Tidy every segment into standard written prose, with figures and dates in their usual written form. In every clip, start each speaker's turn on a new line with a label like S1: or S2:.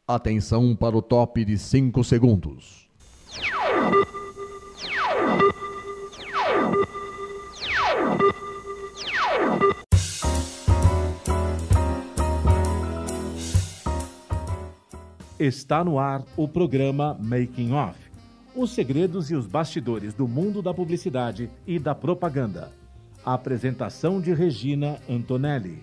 S1: Atenção para o top de 5 segundos.
S2: Está no ar o programa Making Off. Os segredos e os bastidores do mundo da publicidade e da propaganda. A apresentação de Regina Antonelli.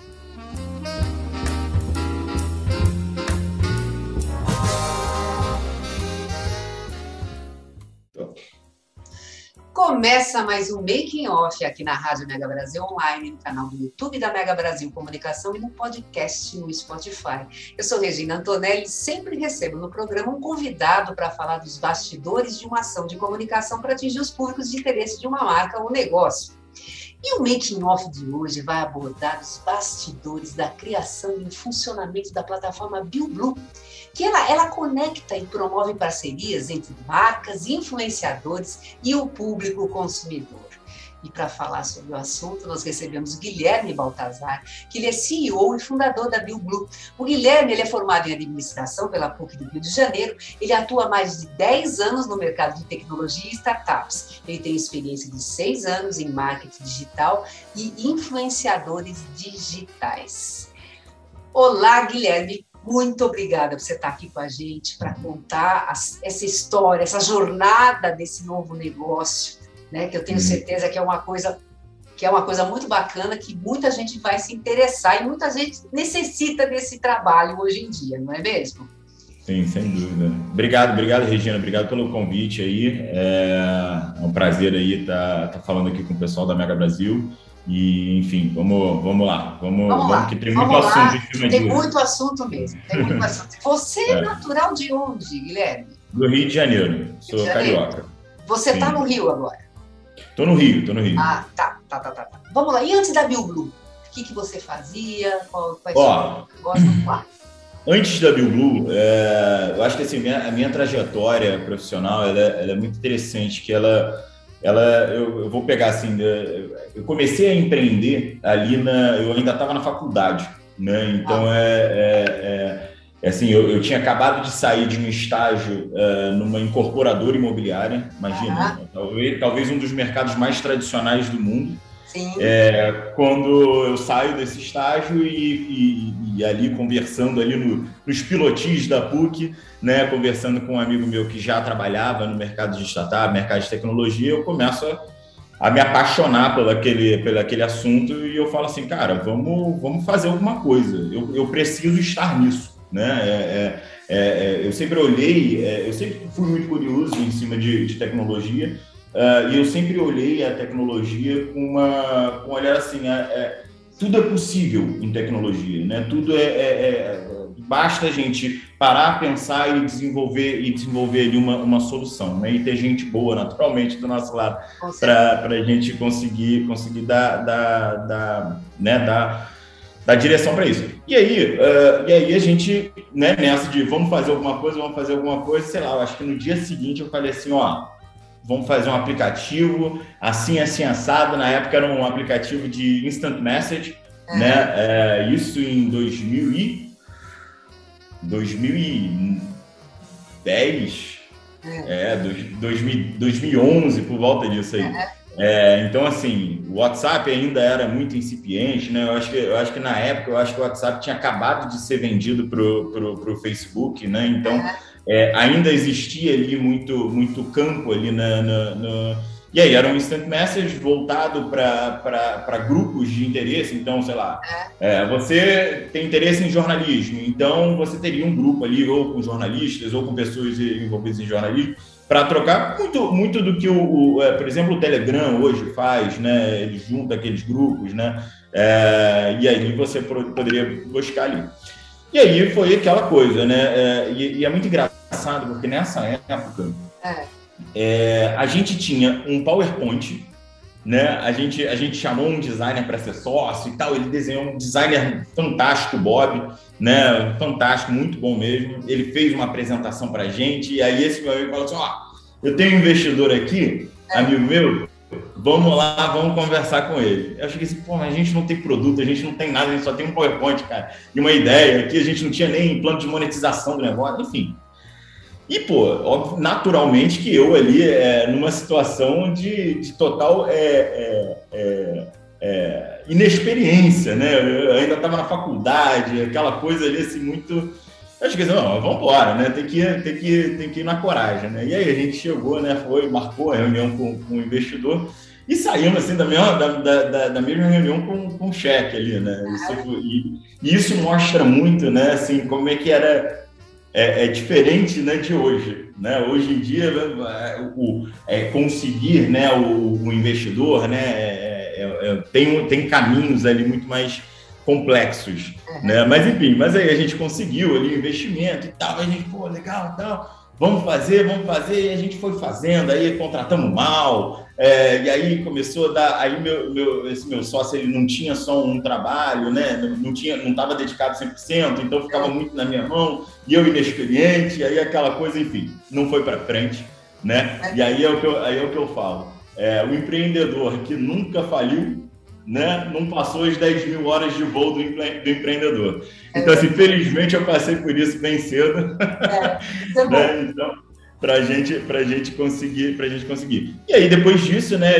S3: Começa mais um Making Off aqui na Rádio Mega Brasil Online, no canal do YouTube da Mega Brasil Comunicação e no podcast no Spotify. Eu sou Regina Antonelli e sempre recebo no programa um convidado para falar dos bastidores de uma ação de comunicação para atingir os públicos de interesse de uma marca ou negócio. E o Making Off de hoje vai abordar os bastidores da criação e funcionamento da plataforma BioBlue, que ela conecta e promove parcerias entre marcas, influenciadores e o público consumidor. E para falar sobre o assunto, nós recebemos Guilherme Baltazar, que ele é CEO e fundador da BioBlue. O Guilherme ele é formado em administração pela PUC do Rio de Janeiro, ele atua há mais de 10 anos no mercado de tecnologia e startups. Ele tem experiência de 6 anos em marketing digital e influenciadores digitais. Olá, Guilherme. Muito obrigada por você estar aqui com a gente para contar essa história, essa jornada desse novo negócio, né? Que eu tenho certeza que é uma coisa muito bacana, que muita gente vai se interessar e muita gente necessita desse trabalho hoje em dia, não é mesmo?
S4: Sim, sem dúvida. Obrigado, Regina. Obrigado pelo convite aí. É um prazer aí estar falando aqui com o pessoal da Mega Brasil. E, enfim, vamos lá. Vamos que tem muito assunto em cima disso.
S3: Tem muito assunto mesmo. Você é natural de onde, Guilherme?
S4: Do Rio de Janeiro. Sou carioca.
S3: Você está no Rio agora?
S4: Tô no Rio.
S3: Ah, tá. Vamos lá. E antes da BioBlue, o que você fazia? Quais são os negócios?
S4: Antes da BioBlue, eu acho que assim, a minha trajetória profissional ela é muito interessante, que eu vou pegar assim, eu comecei a empreender ali eu ainda estava na faculdade, né? Então assim, eu tinha acabado de sair de um estágio numa incorporadora imobiliária, imagina, talvez um dos mercados mais tradicionais do mundo.
S3: Sim.
S4: Quando eu saio desse estágio e ali conversando ali nos pilotis da PUC, né, conversando com um amigo meu que já trabalhava no mercado de startup, mercado de tecnologia, eu começo a me apaixonar pelo aquele assunto e eu falo assim, cara, vamos fazer alguma coisa, eu preciso estar nisso, né? Eu sempre eu sempre fui muito curioso em cima de tecnologia. E eu sempre olhei a tecnologia com um olhar assim, tudo é possível em tecnologia, né? Tudo basta a gente parar, pensar e desenvolver ali uma solução, né? E ter gente boa naturalmente do nosso lado para a gente conseguir dar direção para isso. E aí a gente, né, nessa de vamos fazer alguma coisa, sei lá, eu acho que no dia seguinte eu falei assim, vamos fazer um aplicativo assim, assado. Na época era um aplicativo de instant message, né? Isso em 2010, 2011, por volta disso aí. Então, assim, o WhatsApp ainda era muito incipiente, né? Eu acho que na época, o WhatsApp tinha acabado de ser vendido pro Facebook, né? Então, ainda existia ali muito campo ali E aí, era um instant message voltado para grupos de interesse. Então, sei lá, você tem interesse em jornalismo, então você teria um grupo ali, ou com jornalistas, ou com pessoas envolvidas em jornalismo, para trocar muito do que, por exemplo, o Telegram hoje faz, né? Ele junta aqueles grupos, né? E aí você poderia buscar ali. E aí foi aquela coisa, né? E é muito engraçado, porque nessa época a gente tinha um PowerPoint, né? A gente chamou um designer para ser sócio e tal. Ele desenhou um designer fantástico, Bob, né? Fantástico, muito bom mesmo. Ele fez uma apresentação para a gente. E aí esse meu amigo falou assim: eu tenho um investidor aqui, amigo meu, vamos lá, vamos conversar com ele. Eu cheguei assim, pô, mas a gente não tem produto, a gente não tem nada, a gente só tem um PowerPoint, cara, e uma ideia, aqui a gente não tinha nem plano de monetização do negócio, enfim. E, pô, óbvio, naturalmente que eu ali, numa situação de total inexperiência, né? Eu ainda estava na faculdade, aquela coisa ali, assim, muito... Eu cheguei assim, não, vamos embora, né? Tem que ir na coragem, né? E aí a gente chegou, né? Marcou a reunião com o investidor e saímos, assim, da mesma reunião com um cheque ali, né? E isso mostra muito, né? Assim, como é que era... É diferente, né, de hoje, né? Hoje em dia, conseguir, né, o investidor, né, tem caminhos ali muito mais complexos, né? Mas enfim, aí a gente conseguiu ali o investimento e tal, a gente, pô, legal, tal, vamos fazer, e a gente foi fazendo, aí contratamos mal, e aí começou a dar, aí esse meu sócio, ele não tinha só um trabalho, né, não estava dedicado 100%, então ficava muito na minha mão, e eu inexperiente, aí aquela coisa, enfim, não foi para frente, né, e aí é o que eu falo, o empreendedor que nunca faliu, né, não passou as 10 mil horas de voo do empreendedor. Então, assim, felizmente eu passei por isso bem cedo. Né? Então, para gente conseguir. E aí, depois disso, né,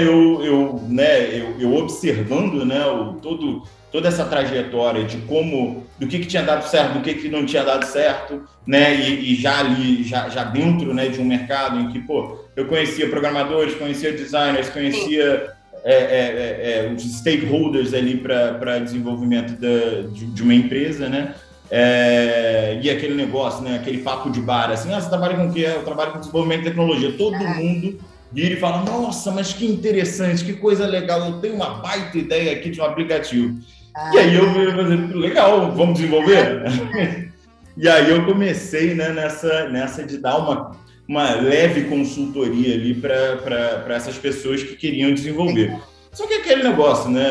S4: eu observando, né, toda essa trajetória do que tinha dado certo, do que não tinha dado certo, né, e já ali, já dentro, né, de um mercado em que, pô, eu conhecia programadores, conhecia designers, conhecia... os stakeholders ali para desenvolvimento de uma empresa, né? E aquele negócio, né? Aquele papo de bar, assim, você trabalha com o quê? Eu trabalho com desenvolvimento de tecnologia. Todo mundo vira e fala, nossa, mas que interessante, que coisa legal, eu tenho uma baita ideia aqui de um aplicativo. E aí eu falei, legal, vamos desenvolver? E aí eu comecei, né, nessa de dar uma leve consultoria ali para essas pessoas que queriam desenvolver. Só que aquele negócio, né?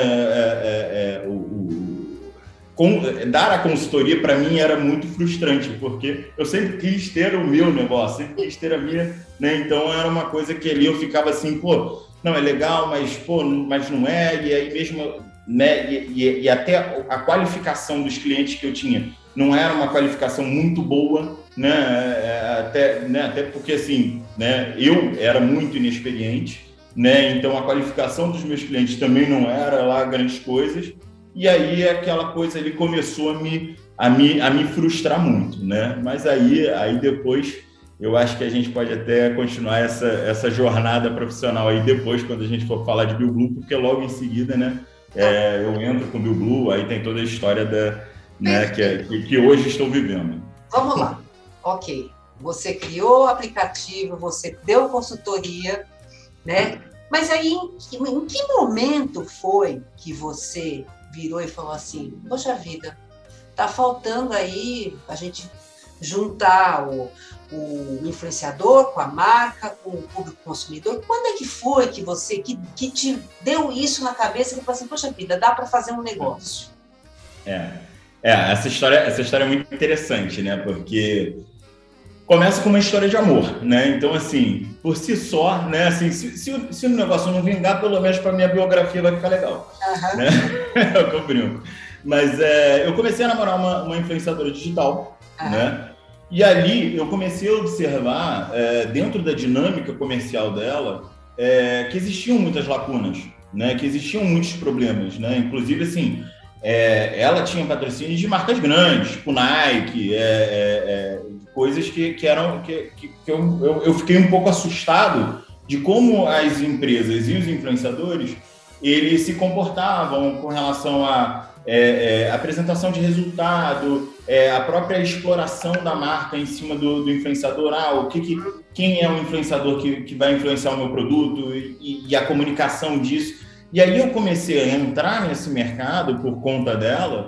S4: Dar a consultoria para mim era muito frustrante, porque eu sempre quis ter o meu negócio, sempre quis ter a minha, né? Então era uma coisa que ali eu ficava assim, pô, não, é legal, mas não é, e aí mesmo, né? E até a qualificação dos clientes que eu tinha não era uma qualificação muito boa, né? Até porque, assim, né, eu era muito inexperiente, né? Então a qualificação dos meus clientes também não era lá grandes coisas, e aí aquela coisa ali começou a me frustrar muito, né? Mas aí depois eu acho que a gente pode até continuar essa jornada profissional aí depois, quando a gente for falar de BioBlue, porque logo em seguida, né, eu entro com o BioBlue, aí tem toda a história né, que hoje estou vivendo.
S3: Vamos lá. Ok. Você criou o aplicativo, você deu consultoria, né? Mas aí, em que momento foi que você virou e falou assim, poxa vida, tá faltando aí a gente juntar o influenciador com a marca, com o público consumidor? Quando é que foi que você que te deu isso na cabeça e falou assim, poxa vida, dá para fazer um negócio?
S4: Essa história é muito interessante, né? Porque começa com uma história de amor, né? Então, assim, por si só, né? Assim, se o negócio não vingar, pelo menos para minha biografia vai ficar legal, né? É o que eu brinco. Mas eu comecei a namorar uma influenciadora digital, né? E ali eu comecei a observar, dentro da dinâmica comercial dela, que existiam muitas lacunas, né? Que existiam muitos problemas, né? Inclusive, assim, ela tinha patrocínio de marcas grandes, tipo Nike, coisas que eu fiquei um pouco assustado de como as empresas e os influenciadores eles se comportavam com relação à apresentação de resultado, a própria exploração da marca em cima do influenciador. Quem é o influenciador que vai influenciar o meu produto e a comunicação disso. E aí eu comecei a entrar nesse mercado por conta dela,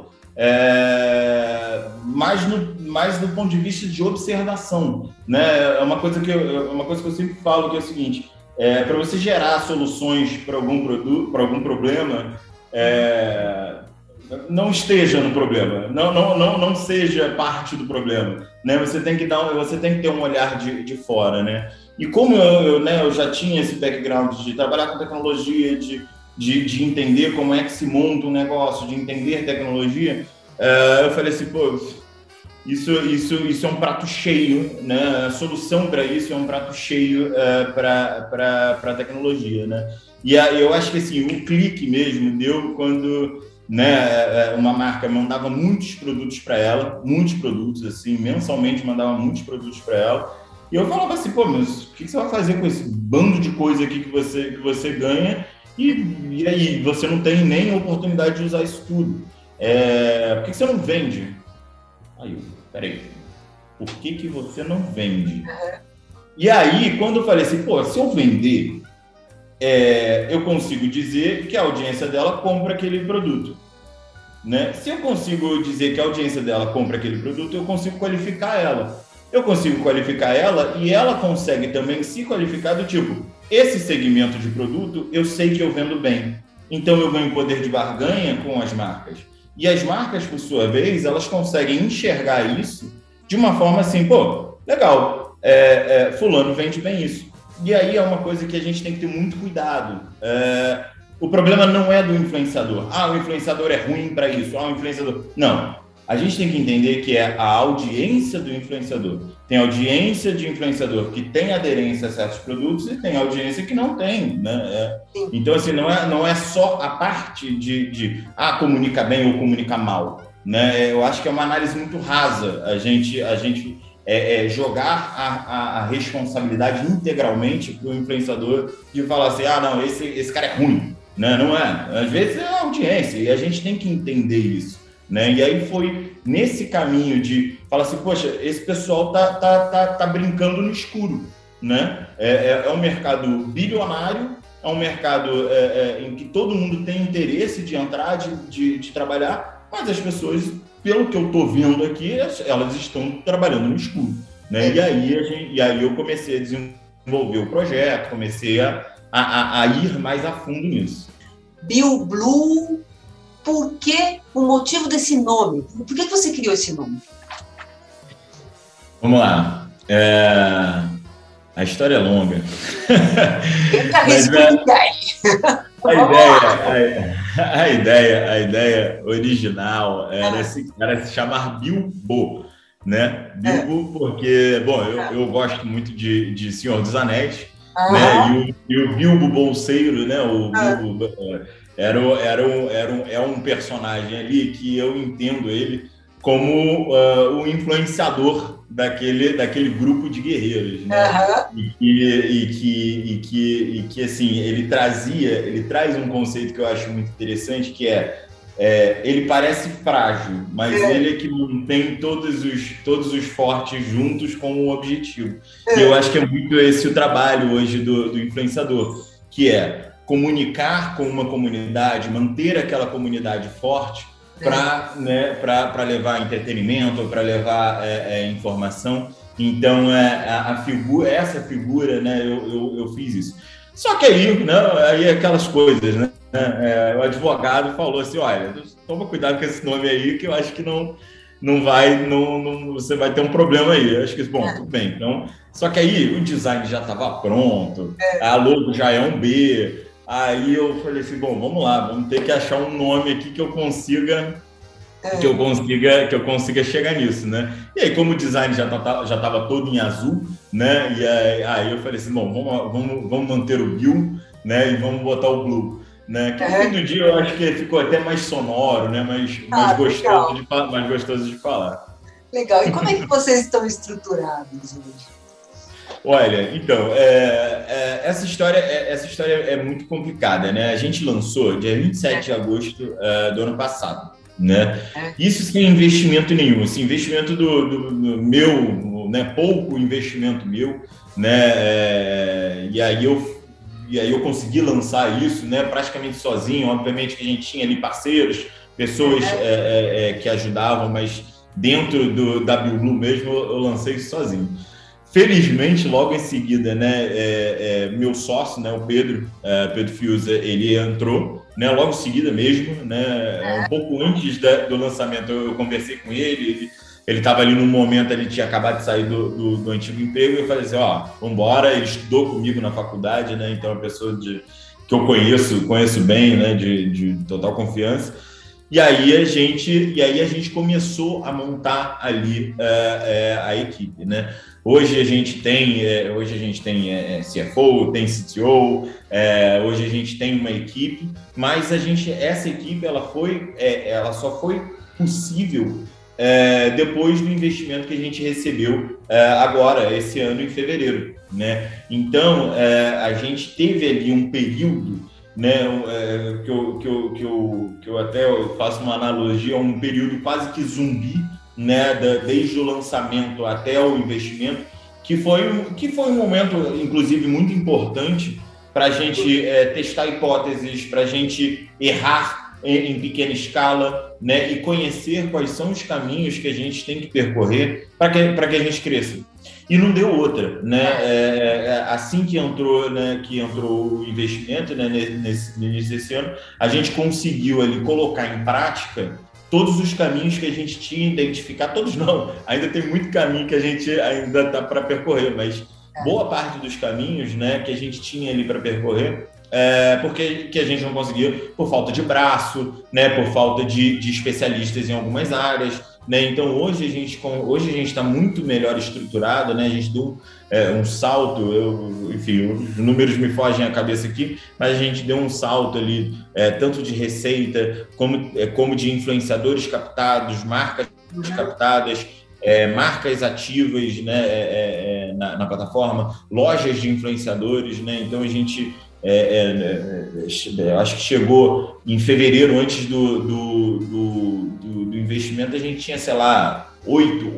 S4: mais do ponto de vista de observação, né? É uma coisa que eu sempre falo, que é o seguinte: para você gerar soluções para algum produto, para algum problema, não esteja no problema, não seja parte do problema, né? Você tem que ter um olhar de fora, né? E como eu já tinha esse background de trabalhar com tecnologia, de entender como é que se monta um negócio, de entender tecnologia, eu falei assim, pô, isso é um prato cheio, né? A solução para isso é um prato cheio para a tecnologia, né? E eu acho que assim, o clique mesmo deu quando, né, uma marca mandava muitos produtos para ela, muitos produtos, assim, mensalmente mandava muitos produtos para ela, e eu falava assim, pô, mas o que você vai fazer com esse bando de coisa aqui que você ganha e aí você não tem nem oportunidade de usar isso tudo? Por que você não vende? Aí eu, peraí, por que você não vende? E aí, quando eu falei assim, pô, se eu vender, eu consigo dizer que a audiência dela compra aquele produto, né? Se eu consigo dizer que a audiência dela compra aquele produto, eu consigo qualificar ela. Eu consigo qualificar ela e ela consegue também se qualificar do tipo, esse segmento de produto, eu sei que eu vendo bem. Então, eu ganho poder de barganha com as marcas. E as marcas, por sua vez, elas conseguem enxergar isso de uma forma assim, pô, legal, fulano vende bem isso. E aí é uma coisa que a gente tem que ter muito cuidado. O problema não é do influenciador. O influenciador é ruim para isso. O influenciador... Não. A gente tem que entender que é a audiência do influenciador. Tem audiência de influenciador que tem aderência a certos produtos e tem audiência que não tem, né? Então, assim, não é só a parte de comunica bem ou comunica mal, né? Eu acho que é uma análise muito rasa a gente jogar a responsabilidade integralmente para o influenciador de falar assim, não, esse cara é ruim, né? Não é. Às vezes é a audiência e a gente tem que entender isso. Né? E aí foi nesse caminho de falar assim, poxa, esse pessoal tá brincando no escuro, né? É um mercado bilionário, é um mercado em que todo mundo tem interesse de entrar, de trabalhar, mas as pessoas, pelo que eu tô vendo aqui, elas estão trabalhando no escuro, né? E aí eu comecei a desenvolver o projeto, comecei a ir mais a fundo nisso.
S3: BioBlue. Por que o motivo desse nome? Por que você criou esse nome?
S4: Vamos lá. A história é longa. A ideia original era se chamar Bilbo, né? Bilbo porque, bom, eu gosto muito de Senhor dos Anéis, né? E o Bilbo Bolseiro, né? O Bilbo... É um personagem ali que eu entendo ele como o influenciador daquele grupo de guerreiros, né? E que assim, ele traz um conceito que eu acho muito interessante, que ele parece frágil, mas ele é que mantém todos os fortes juntos com um objetivo. E eu acho que é muito esse o trabalho hoje do influenciador, que é comunicar com uma comunidade, manter aquela comunidade forte para levar entretenimento, para levar informação. Então, essa figura, né, eu fiz isso. Só que aí aquelas coisas, né? O advogado falou assim, olha, toma cuidado com esse nome aí, que eu acho que você vai ter um problema aí. Eu acho que, bom, tudo bem. Então, só que aí o design já estava pronto, a logo já é um B. Aí eu falei assim, bom, vamos lá, vamos ter que achar um nome aqui que eu consiga chegar nisso, né? E aí, como o design já estava todo em azul, né? E aí eu falei assim, bom, vamos manter o Bill, né? E vamos botar o Blue, né? Que no fim do dia eu acho que ficou até mais sonoro, né? Mais gostoso de falar.
S3: Legal. E como é que vocês estão estruturados hoje?
S4: Olha, então, essa história é muito complicada, né? A gente lançou dia 27 de agosto do ano passado, né? Isso sem investimento nenhum, esse investimento do meu, né? Pouco investimento meu, né? E aí eu consegui lançar isso, né? Praticamente sozinho. Obviamente que a gente tinha ali parceiros, pessoas que ajudavam, mas dentro da BioBlue mesmo eu lancei isso sozinho. Felizmente, logo em seguida, né, meu sócio, né, o Pedro Fiuza, ele entrou, né, logo em seguida mesmo, né, um pouco antes do lançamento eu conversei com ele estava ali num momento, ele tinha acabado de sair do antigo emprego, e eu falei assim, vambora, ele estudou comigo na faculdade, né, então é uma pessoa que eu conheço bem, né, de total confiança. E aí a gente começou a montar ali a equipe, né? Hoje a gente tem CFO, tem CTO, hoje a gente tem uma equipe, mas essa equipe ela só foi possível depois do investimento que a gente recebeu agora, esse ano em fevereiro, né? Então a gente teve ali um período, né, que eu até faço uma analogia, um período quase que zumbi, né, desde o lançamento até o investimento, que foi um momento, inclusive, muito importante para a gente testar hipóteses, para a gente errar em pequena escala, né, e conhecer quais são os caminhos que a gente tem que percorrer para que a gente cresça. E não deu outra, né? Assim que entrou o investimento, né, no início desse ano, a gente conseguiu ali colocar em prática todos os caminhos que a gente tinha identificado. Todos não, ainda tem muito caminho que a gente ainda está para percorrer, mas boa parte dos caminhos, né, que a gente tinha ali para percorrer, porque que a gente não conseguia por falta de braço, né, por falta de especialistas em algumas áreas, né? Então hoje a gente está muito melhor estruturado, né? A gente deu um salto, enfim, os números me fogem à cabeça aqui, mas a gente deu um salto ali, tanto de receita como de influenciadores captados, marcas captadas, marcas ativas, né, na plataforma, lojas de influenciadores, né? Então a gente acho que chegou em fevereiro, antes do investimento, a gente tinha, sei lá, 8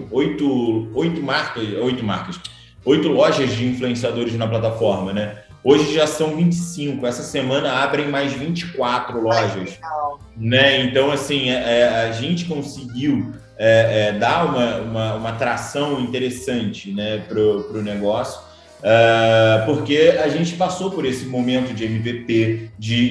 S4: lojas de influenciadores na plataforma, né? Hoje já são 25, essa semana abrem mais 24 lojas, né? Então, assim, a gente conseguiu dar uma atração interessante, né, pro negócio, porque a gente passou por esse momento de MVP,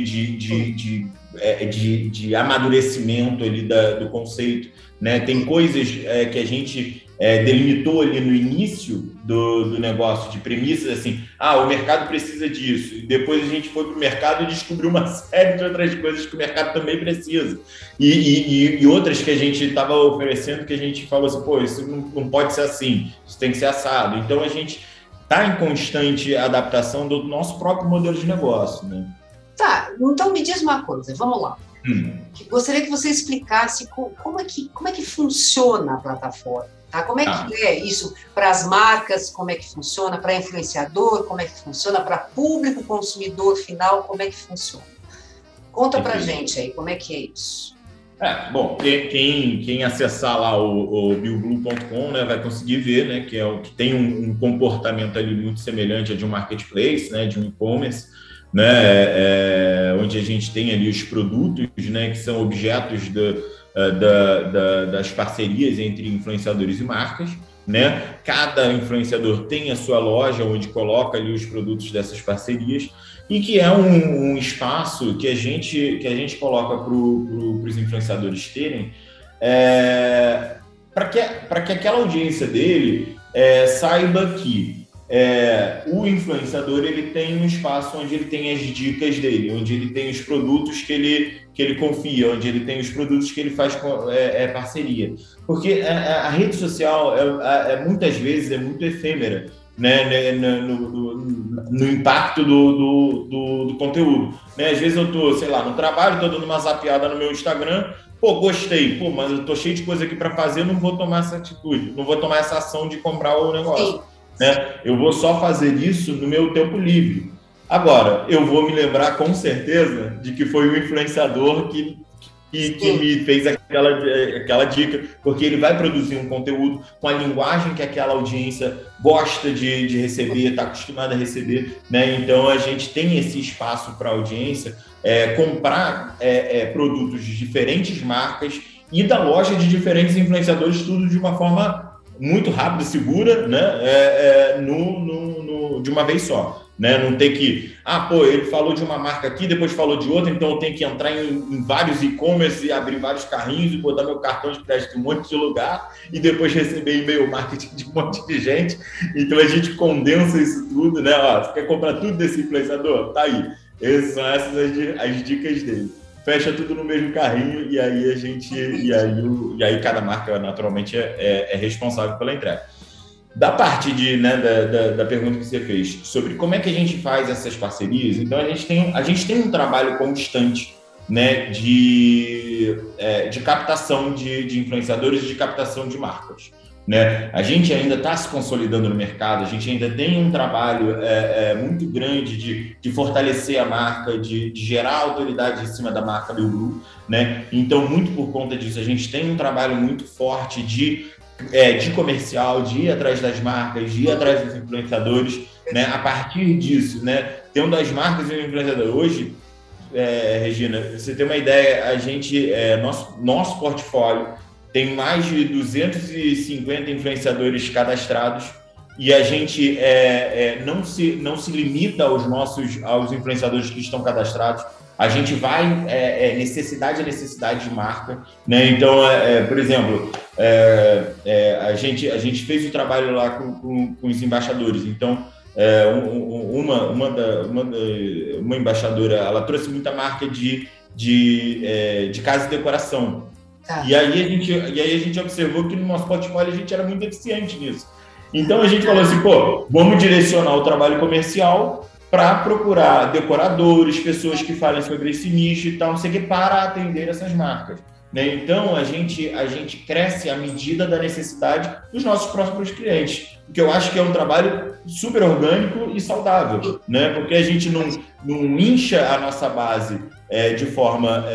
S4: de amadurecimento ali do conceito, né? Tem coisas que a gente delimitou ali no início do negócio, de premissas assim, o mercado precisa disso, e depois a gente foi para o mercado e descobriu uma série de outras coisas que o mercado também precisa, e outras que a gente estava oferecendo, que a gente falou assim, pô, isso não pode ser assim, isso tem que ser assado. Então a gente está em constante adaptação do nosso próprio modelo de negócio, né?
S3: Tá, então me diz uma coisa, vamos lá. Gostaria que você explicasse como é que funciona a plataforma, tá? Como é que é isso para as marcas, como é que funciona para influenciador, como é que funciona para público consumidor final, como é que funciona? Conta pra gente aí, como é que é isso?
S4: Bom, quem acessar lá o billblue.com, né, vai conseguir ver, né, que tem um comportamento ali muito semelhante a de um marketplace, né, de um e-commerce, né, onde a gente tem ali os produtos, né, que são objetos das parcerias entre influenciadores e marcas, né? Cada influenciador tem a sua loja onde coloca ali os produtos dessas parcerias, e que é um espaço que a gente coloca para os influenciadores terem, para que aquela audiência dele saiba que o influenciador, ele tem um espaço onde ele tem as dicas dele, onde ele tem os produtos que ele confia, onde ele tem os produtos que ele faz parceria. Porque a rede social muitas vezes é muito efêmera, né, no impacto do conteúdo, né? Às vezes eu tô, sei lá, no trabalho, tô dando uma zapeada no meu Instagram, gostei, mas eu tô cheio de coisa aqui para fazer, eu não vou tomar essa atitude, não vou tomar essa ação de comprar o negócio. Né? Eu vou só fazer isso no meu tempo livre. Agora, eu vou me lembrar com certeza de que foi o influenciador que me fez aquela dica, porque ele vai produzir um conteúdo com a linguagem que aquela audiência gosta de receber, está acostumada a receber, né? Então a gente tem esse espaço para a audiência comprar produtos de diferentes marcas e da loja de diferentes influenciadores, tudo de uma forma muito rápida e segura, né? De uma vez só. né? Não ter que, ele falou de uma marca aqui, depois falou de outra, então eu tenho que entrar em vários e-commerce e abrir vários carrinhos e botar meu cartão de crédito em um monte de lugar e depois receber e-mail marketing de um monte de gente. Então a gente condensa isso tudo, né? Você quer comprar tudo desse influenciador? Tá aí. Essas são as dicas dele. Fecha tudo no mesmo carrinho e aí cada marca naturalmente é responsável pela entrega. Da parte da pergunta que você fez sobre como é que a gente faz essas parcerias, então a gente tem um trabalho constante, né, de captação de influenciadores e de captação de marcas, né? A gente ainda está se consolidando no mercado, a gente ainda tem um trabalho muito grande de fortalecer a marca, de gerar autoridade em cima da marca BioBlue, né? Então, muito por conta disso, a gente tem um trabalho muito forte de comercial, de ir atrás das marcas, de ir atrás dos influenciadores, né? A partir disso, né? Tendo as marcas e o influenciador. Hoje, Regina, você tem uma ideia, a gente, nosso portfólio tem mais de 250 influenciadores cadastrados e a gente não se limita aos influenciadores que estão cadastrados. A gente vai necessidade de marca, né? Então, por exemplo, a gente fez o trabalho lá com os embaixadores. Então, uma embaixadora, ela trouxe muita marca de casa e decoração.
S3: Tá.
S4: E aí a gente observou que no nosso portfólio a gente era muito deficiente nisso. Então a gente falou assim, vamos direcionar o trabalho comercial para procurar decoradores, pessoas que falem sobre esse nicho e tal, não sei o que, para atender essas marcas, né? Então a gente cresce à medida da necessidade dos nossos próximos clientes, o que eu acho que é um trabalho super orgânico e saudável, né? Porque a gente não incha a nossa base de forma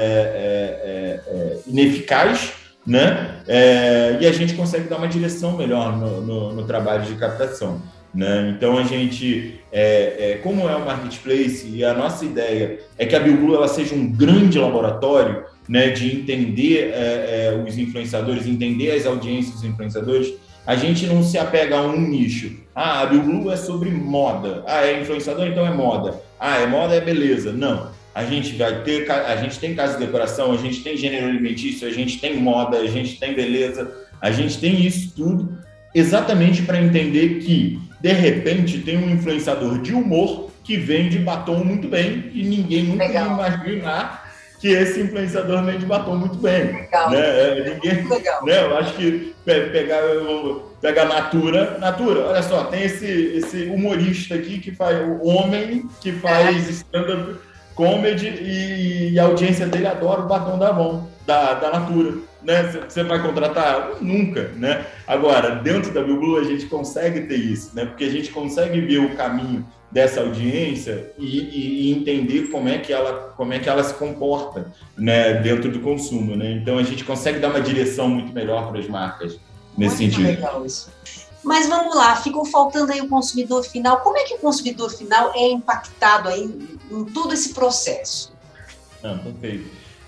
S4: ineficaz, né? E a gente consegue dar uma direção melhor no trabalho de captação, né? Então a gente, como é um marketplace, e a nossa ideia é que a BioBlue ela seja um grande laboratório, né, de entender os influenciadores, entender as audiências dos influenciadores. A gente não se apega a um nicho. A BioBlue é sobre moda. É influenciador, então é moda. É moda, é beleza. Não. A gente tem casa de decoração, a gente tem gênero alimentício, a gente tem moda, a gente tem beleza, a gente tem isso tudo exatamente para entender que, de repente, tem um influenciador de humor que vende batom muito bem e ninguém nunca ia imaginar que esse influenciador vende batom muito bem.
S3: Legal.
S4: Né?
S3: Legal.
S4: Né? Eu acho que pegar Natura, olha só, tem esse humorista aqui que faz o homem que faz stand-up comedy e a audiência dele adora o batom da Avon, da Natura, né? Você vai contratar? Nunca, né? Agora, dentro da BioBlue a gente consegue ter isso, né? Porque a gente consegue ver o caminho dessa audiência e entender como é que ela se comporta, né, dentro do consumo, né? Então a gente consegue dar uma direção muito melhor para as marcas nesse sentido.
S3: Muito legal isso. Mas vamos lá, ficou faltando aí o consumidor final. Como é que o consumidor final é impactado aí em todo esse processo?
S4: Perfeito.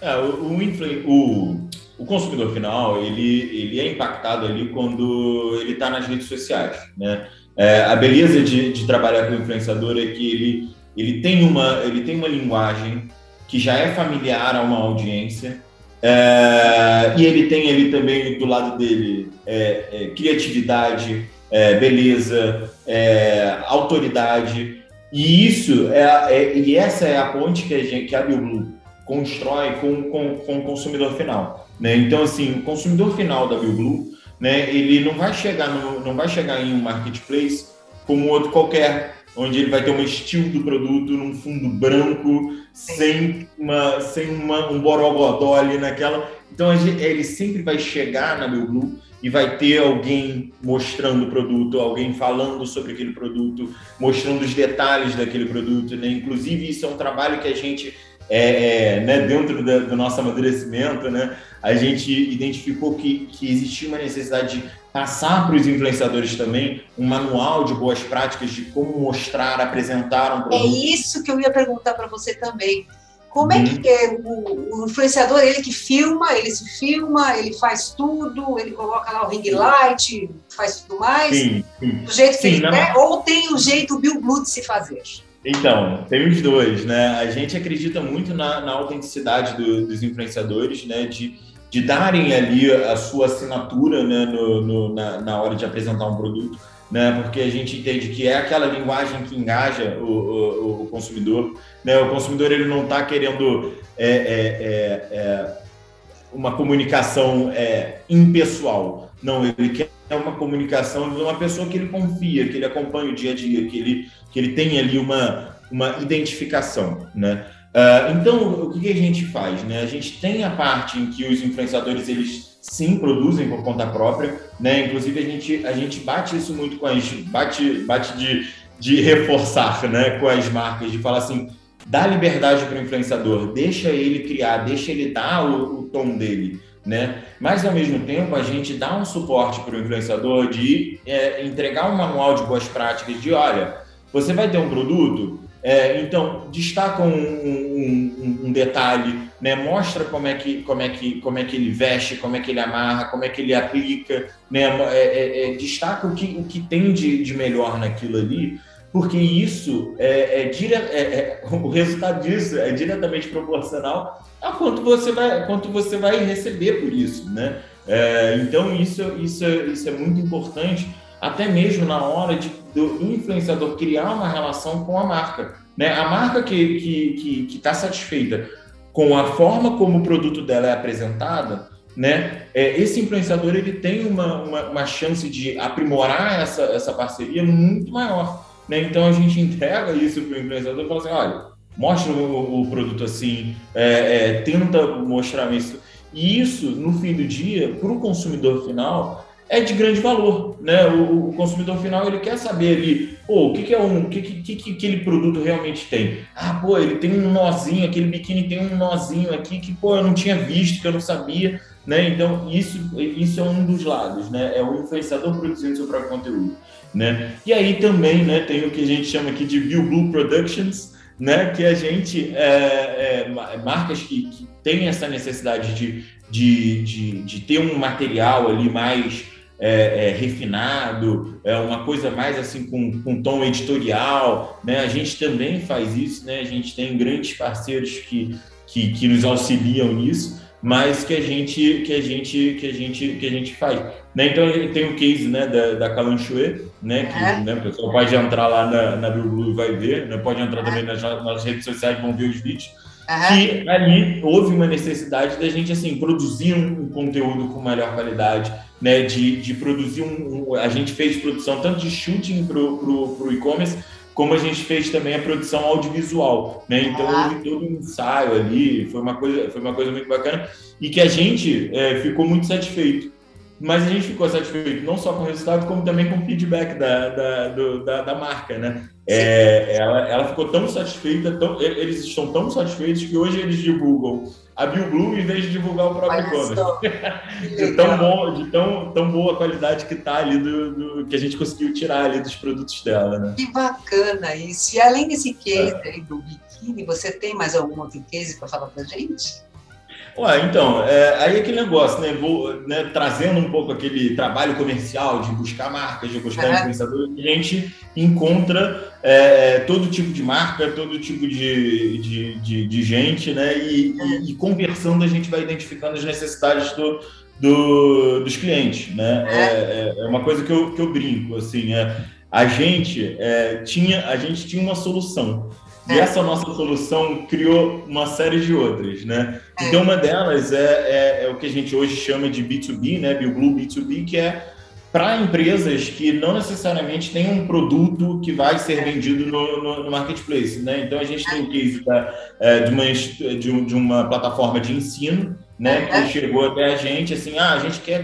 S4: O consumidor final, ele é impactado ali quando ele está nas redes sociais, né? A beleza de trabalhar com o influenciador é que ele tem uma linguagem que já é familiar a uma audiência, e ele tem ali também do lado dele criatividade, beleza, autoridade, e essa é a ponte que a BioBlue constrói com o consumidor final, né? Então, assim, o consumidor final da BioBlue, né, ele não vai chegar em um marketplace como outro qualquer, onde ele vai ter um estilo do produto num fundo branco, sem um borogodó ali naquela. Então, ele sempre vai chegar na BioBlue e vai ter alguém mostrando o produto, alguém falando sobre aquele produto, mostrando os detalhes daquele produto, né? Inclusive, isso é um trabalho que a gente, né, dentro do nosso amadurecimento, né, a gente identificou que existia uma necessidade de passar para os influenciadores também um manual de boas práticas de como mostrar, apresentar um produto.
S3: É isso que eu ia perguntar para você também. Como é que é o influenciador, ele que filma, ele se filma, ele faz tudo, ele coloca lá o ring light, faz tudo mais, do jeito que ele quer, ou tem o jeito Bill Blue de se fazer?
S4: Então, tem os dois, né? A gente acredita muito na autenticidade dos influenciadores, né? De darem ali a sua assinatura, né? Na hora de apresentar um produto, né? Porque a gente entende que é aquela linguagem que engaja o consumidor, né? O consumidor, ele não está querendo uma comunicação impessoal, não, ele quer uma comunicação de uma pessoa que ele confia, que ele acompanha o dia a dia, que ele tem ali uma identificação, né? Então, o que a gente faz, né? A gente tem a parte em que os influenciadores, eles sim produzem por conta própria, né? Inclusive, a gente bate isso muito com as... Bate de reforçar, né? Com as marcas, de falar assim, dá liberdade para o influenciador, deixa ele criar, deixa ele dar o tom dele, né? Mas, ao mesmo tempo, a gente dá um suporte para o influenciador de entregar um manual de boas práticas, de, olha, você vai ter um produto, então destaca um detalhe, né? Mostra como é que ele veste, como é que ele amarra, como é que ele aplica, né? Destaca o que tem de melhor naquilo ali, porque isso o resultado disso é diretamente proporcional a quanto você vai receber por isso, né? Então isso é muito importante, até mesmo na hora do influenciador criar uma relação com a marca, né? A marca que está satisfeita com a forma como o produto dela é apresentada, né? Esse influenciador, ele tem uma chance de aprimorar essa parceria muito maior, né? Então a gente entrega isso para o influenciador e fala assim, olha, mostra o produto assim, tenta mostrar isso. E isso, no fim do dia, para o consumidor final, é de grande valor, né? O consumidor final, ele quer saber ali, o que aquele produto realmente tem. Ele tem um nozinho, aquele biquíni tem um nozinho aqui que, eu não tinha visto, que eu não sabia, né? Então, isso é um dos lados, né? É o influenciador produzindo seu próprio conteúdo, né? E aí também, né, tem o que a gente chama aqui de Bill Blue Productions, né? Que a gente, marcas que têm essa necessidade de ter um material ali mais refinado, uma coisa mais assim com tom editorial, né? A gente também faz isso, né? A gente tem grandes parceiros que nos auxiliam nisso, mas que a gente faz, né? Então tem o case, né, da Calanchoe, né, que, né, o pessoal pode entrar lá na Bill Blue e vai ver, né? Pode entrar também nas redes sociais, vão ver os vídeos. Que ali houve uma necessidade da gente assim produzir um conteúdo com melhor qualidade, né? De produzir a gente fez produção tanto de shooting pro e-commerce, como a gente fez também a produção audiovisual, né? Então houve todo um ensaio ali, foi uma coisa muito bacana e que a gente ficou muito satisfeito. Mas a gente ficou satisfeito não só com o resultado, como também com o feedback da marca, né? Ela ficou tão satisfeita, eles estão tão satisfeitos que hoje eles divulgam a Bill Blue em vez de divulgar o próprio e-commerce. De tão boa qualidade que está ali que a gente conseguiu tirar ali dos produtos dela, né?
S3: Que bacana isso! E além desse case aí do biquíni, você tem mais algum outro case para falar pra gente?
S4: Então, aí aquele negócio, né, trazendo um pouco aquele trabalho comercial de buscar marcas, de buscar influenciadores, a gente encontra todo tipo de marca, todo tipo de gente, né, e conversando a gente vai identificando as necessidades dos clientes, né. É uma coisa que eu brinco, assim, a gente tinha uma solução. E essa nossa solução criou uma série de outras, né? Então, uma delas é o que a gente hoje chama de B2B, né? Bill Blue B2B, que é para empresas que não necessariamente têm um produto que vai ser vendido no marketplace, né? Então, a gente tem o case de uma plataforma de ensino, né? Que chegou até a gente, assim, a gente quer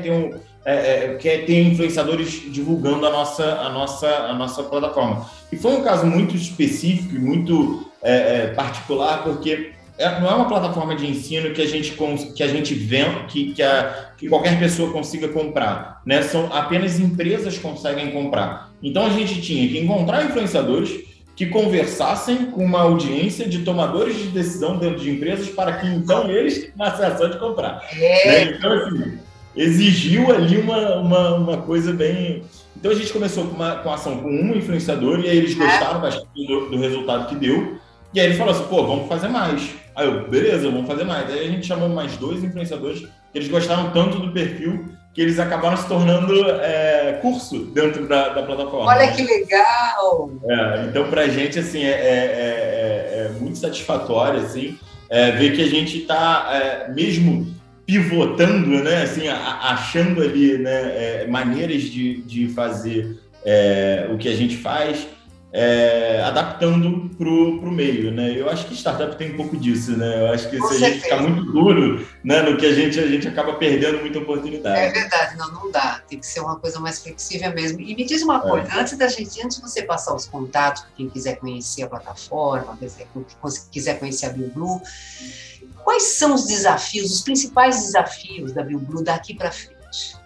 S4: ter influenciadores divulgando a nossa plataforma. E foi um caso muito específico e muito particular, porque não é uma plataforma de ensino que a gente vende, que qualquer pessoa consiga comprar, né? São apenas empresas que conseguem comprar. Então a gente tinha que encontrar influenciadores que conversassem com uma audiência de tomadores de decisão dentro de empresas para que, então, eles tomassem a ação de comprar. Né? Então, assim, exigiu ali uma coisa bem... Então, a gente começou com a ação com um influenciador e aí eles gostaram bastante do resultado que deu. E aí ele falou assim, pô, vamos fazer mais. Aí eu, beleza, vamos fazer mais. Aí a gente chamou mais 2 influenciadores que eles gostaram tanto do perfil que eles acabaram se tornando curso dentro da plataforma.
S3: Olha que legal!
S4: Então, pra gente, assim, é muito satisfatório, assim, ver que a gente está mesmo pivotando, né, assim, achando ali, né, maneiras de fazer o que a gente faz, adaptando pro meio, né? Eu acho que startup tem um pouco disso, né? Eu acho que se a gente ficar muito duro, né, no que a gente acaba perdendo muita oportunidade.
S3: É verdade, não dá. Tem que ser uma coisa mais flexível mesmo. E me diz uma coisa, antes de você passar os contatos para quem quiser conhecer a plataforma, quiser conhecer a BioBlue, quais são os desafios, os principais desafios da BioBlue daqui para frente?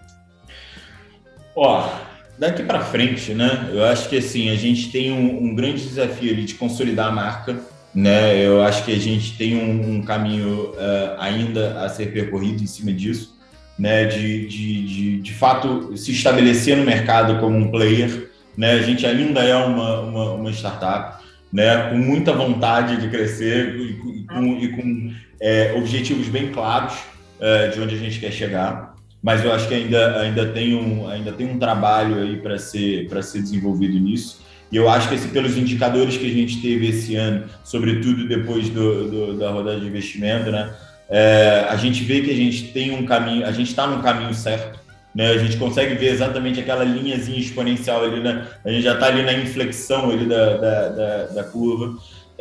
S4: Daqui para frente, né? Eu acho que assim a gente tem um grande desafio ali de consolidar a marca, né? Eu acho que a gente tem um caminho ainda a ser percorrido em cima disso, né? De fato se estabelecer no mercado como um player, né? A gente ainda é uma startup, né? Com muita vontade de crescer e com objetivos bem claros de onde a gente quer chegar. Mas eu acho que ainda tem um trabalho aí para ser desenvolvido nisso. E eu acho que pelos indicadores que a gente teve esse ano, sobretudo depois da rodada de investimento, né, a gente vê que a gente tem um caminho, a gente está no caminho certo, né? A gente consegue ver exatamente aquela linhazinha exponencial ali, né? A gente já está ali na inflexão ali da curva.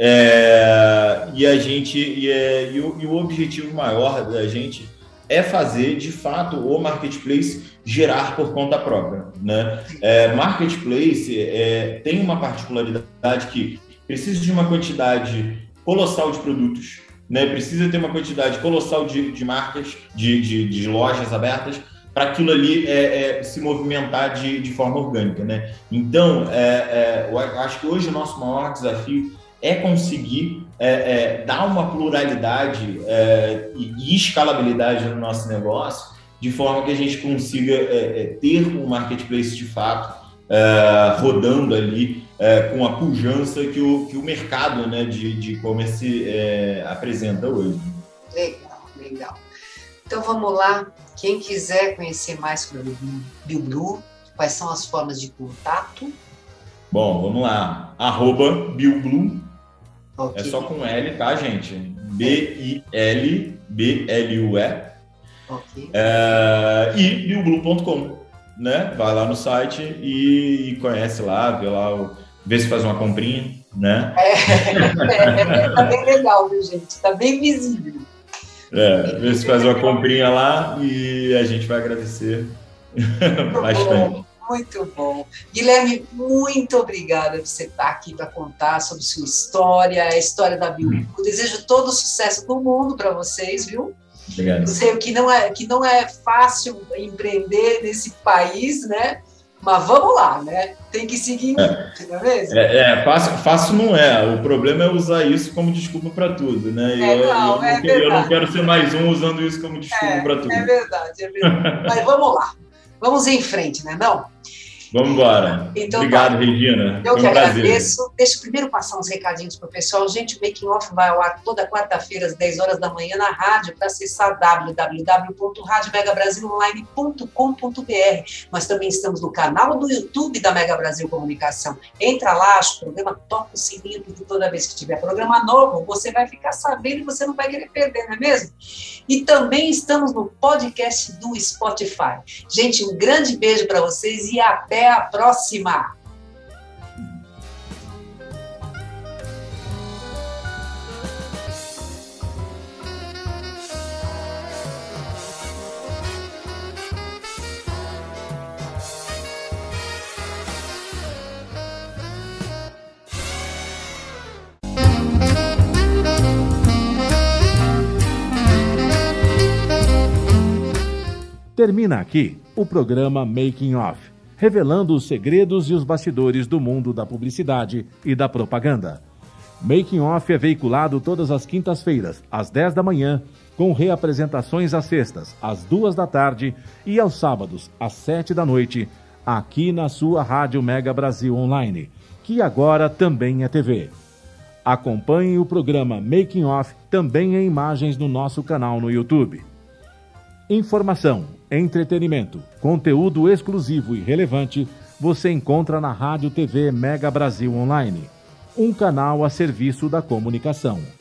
S4: E o objetivo maior da gente é fazer, de fato, o marketplace gerar por conta própria, né? Marketplace tem uma particularidade que precisa de uma quantidade colossal de produtos, né? Precisa ter uma quantidade colossal de marcas, de lojas abertas, para aquilo ali se movimentar de forma orgânica, né? Então, eu acho que hoje o nosso maior desafio é conseguir dar uma pluralidade e escalabilidade no nosso negócio, de forma que a gente consiga ter um marketplace de fato rodando ali com a pujança que o mercado, né, de e-commerce apresenta hoje.
S3: Legal. Então vamos lá. Quem quiser conhecer mais sobre o BioBlue, quais são as formas de contato?
S4: Bom, vamos lá. @BioBlue.
S3: Okay.
S4: É só com L, tá, gente? BILBLUE.
S3: Okay.
S4: E bioblue.com, né? Vai lá no site e conhece lá, vê se faz uma comprinha, né?
S3: Tá bem legal, viu, gente? Tá bem visível.
S4: Vê se faz uma comprinha lá e a gente vai agradecer bastante.
S3: Muito bom. Guilherme, muito obrigada por você estar aqui para contar sobre sua história, a história da BioBlue. Desejo todo o sucesso do mundo para vocês, viu?
S4: Obrigado.
S3: Eu sei que não é fácil empreender nesse país, né? Mas vamos lá, né? Tem que seguir, não é mesmo?
S4: Fácil não é. O problema é usar isso como desculpa para tudo, né? Eu não quero ser mais um usando isso como desculpa para tudo.
S3: É verdade. Mas vamos lá. Vamos em frente, né, não?
S4: Vamos embora.
S3: Então,
S4: obrigado, Regina.
S3: Eu que agradeço. Deixa eu primeiro passar uns recadinhos para o pessoal. Gente, o Making Off vai ao ar toda quarta-feira, às 10 horas da manhã, na rádio, para acessar www.radiomegabrasilonline.com.br. Nós também estamos no canal do YouTube da Mega Brasil Comunicação. Entra lá, acha o programa, toca o sininho, porque toda vez que tiver programa novo, você vai ficar sabendo e você não vai querer perder, não é mesmo? E também estamos no podcast do Spotify. Gente, um grande beijo para vocês e até a próxima!
S2: Termina aqui o programa Making Off. revelando os segredos e os bastidores do mundo da publicidade e da propaganda. Making Off é veiculado todas as quintas-feiras, às 10 da manhã, com reapresentações às sextas, às 2 da tarde e aos sábados, às 7 da noite, aqui na sua Rádio Mega Brasil Online, que agora também é TV. Acompanhe o programa Making Off também em imagens no nosso canal no YouTube. Informação, entretenimento, conteúdo exclusivo e relevante você encontra na Rádio TV Mega Brasil Online, um canal a serviço da comunicação.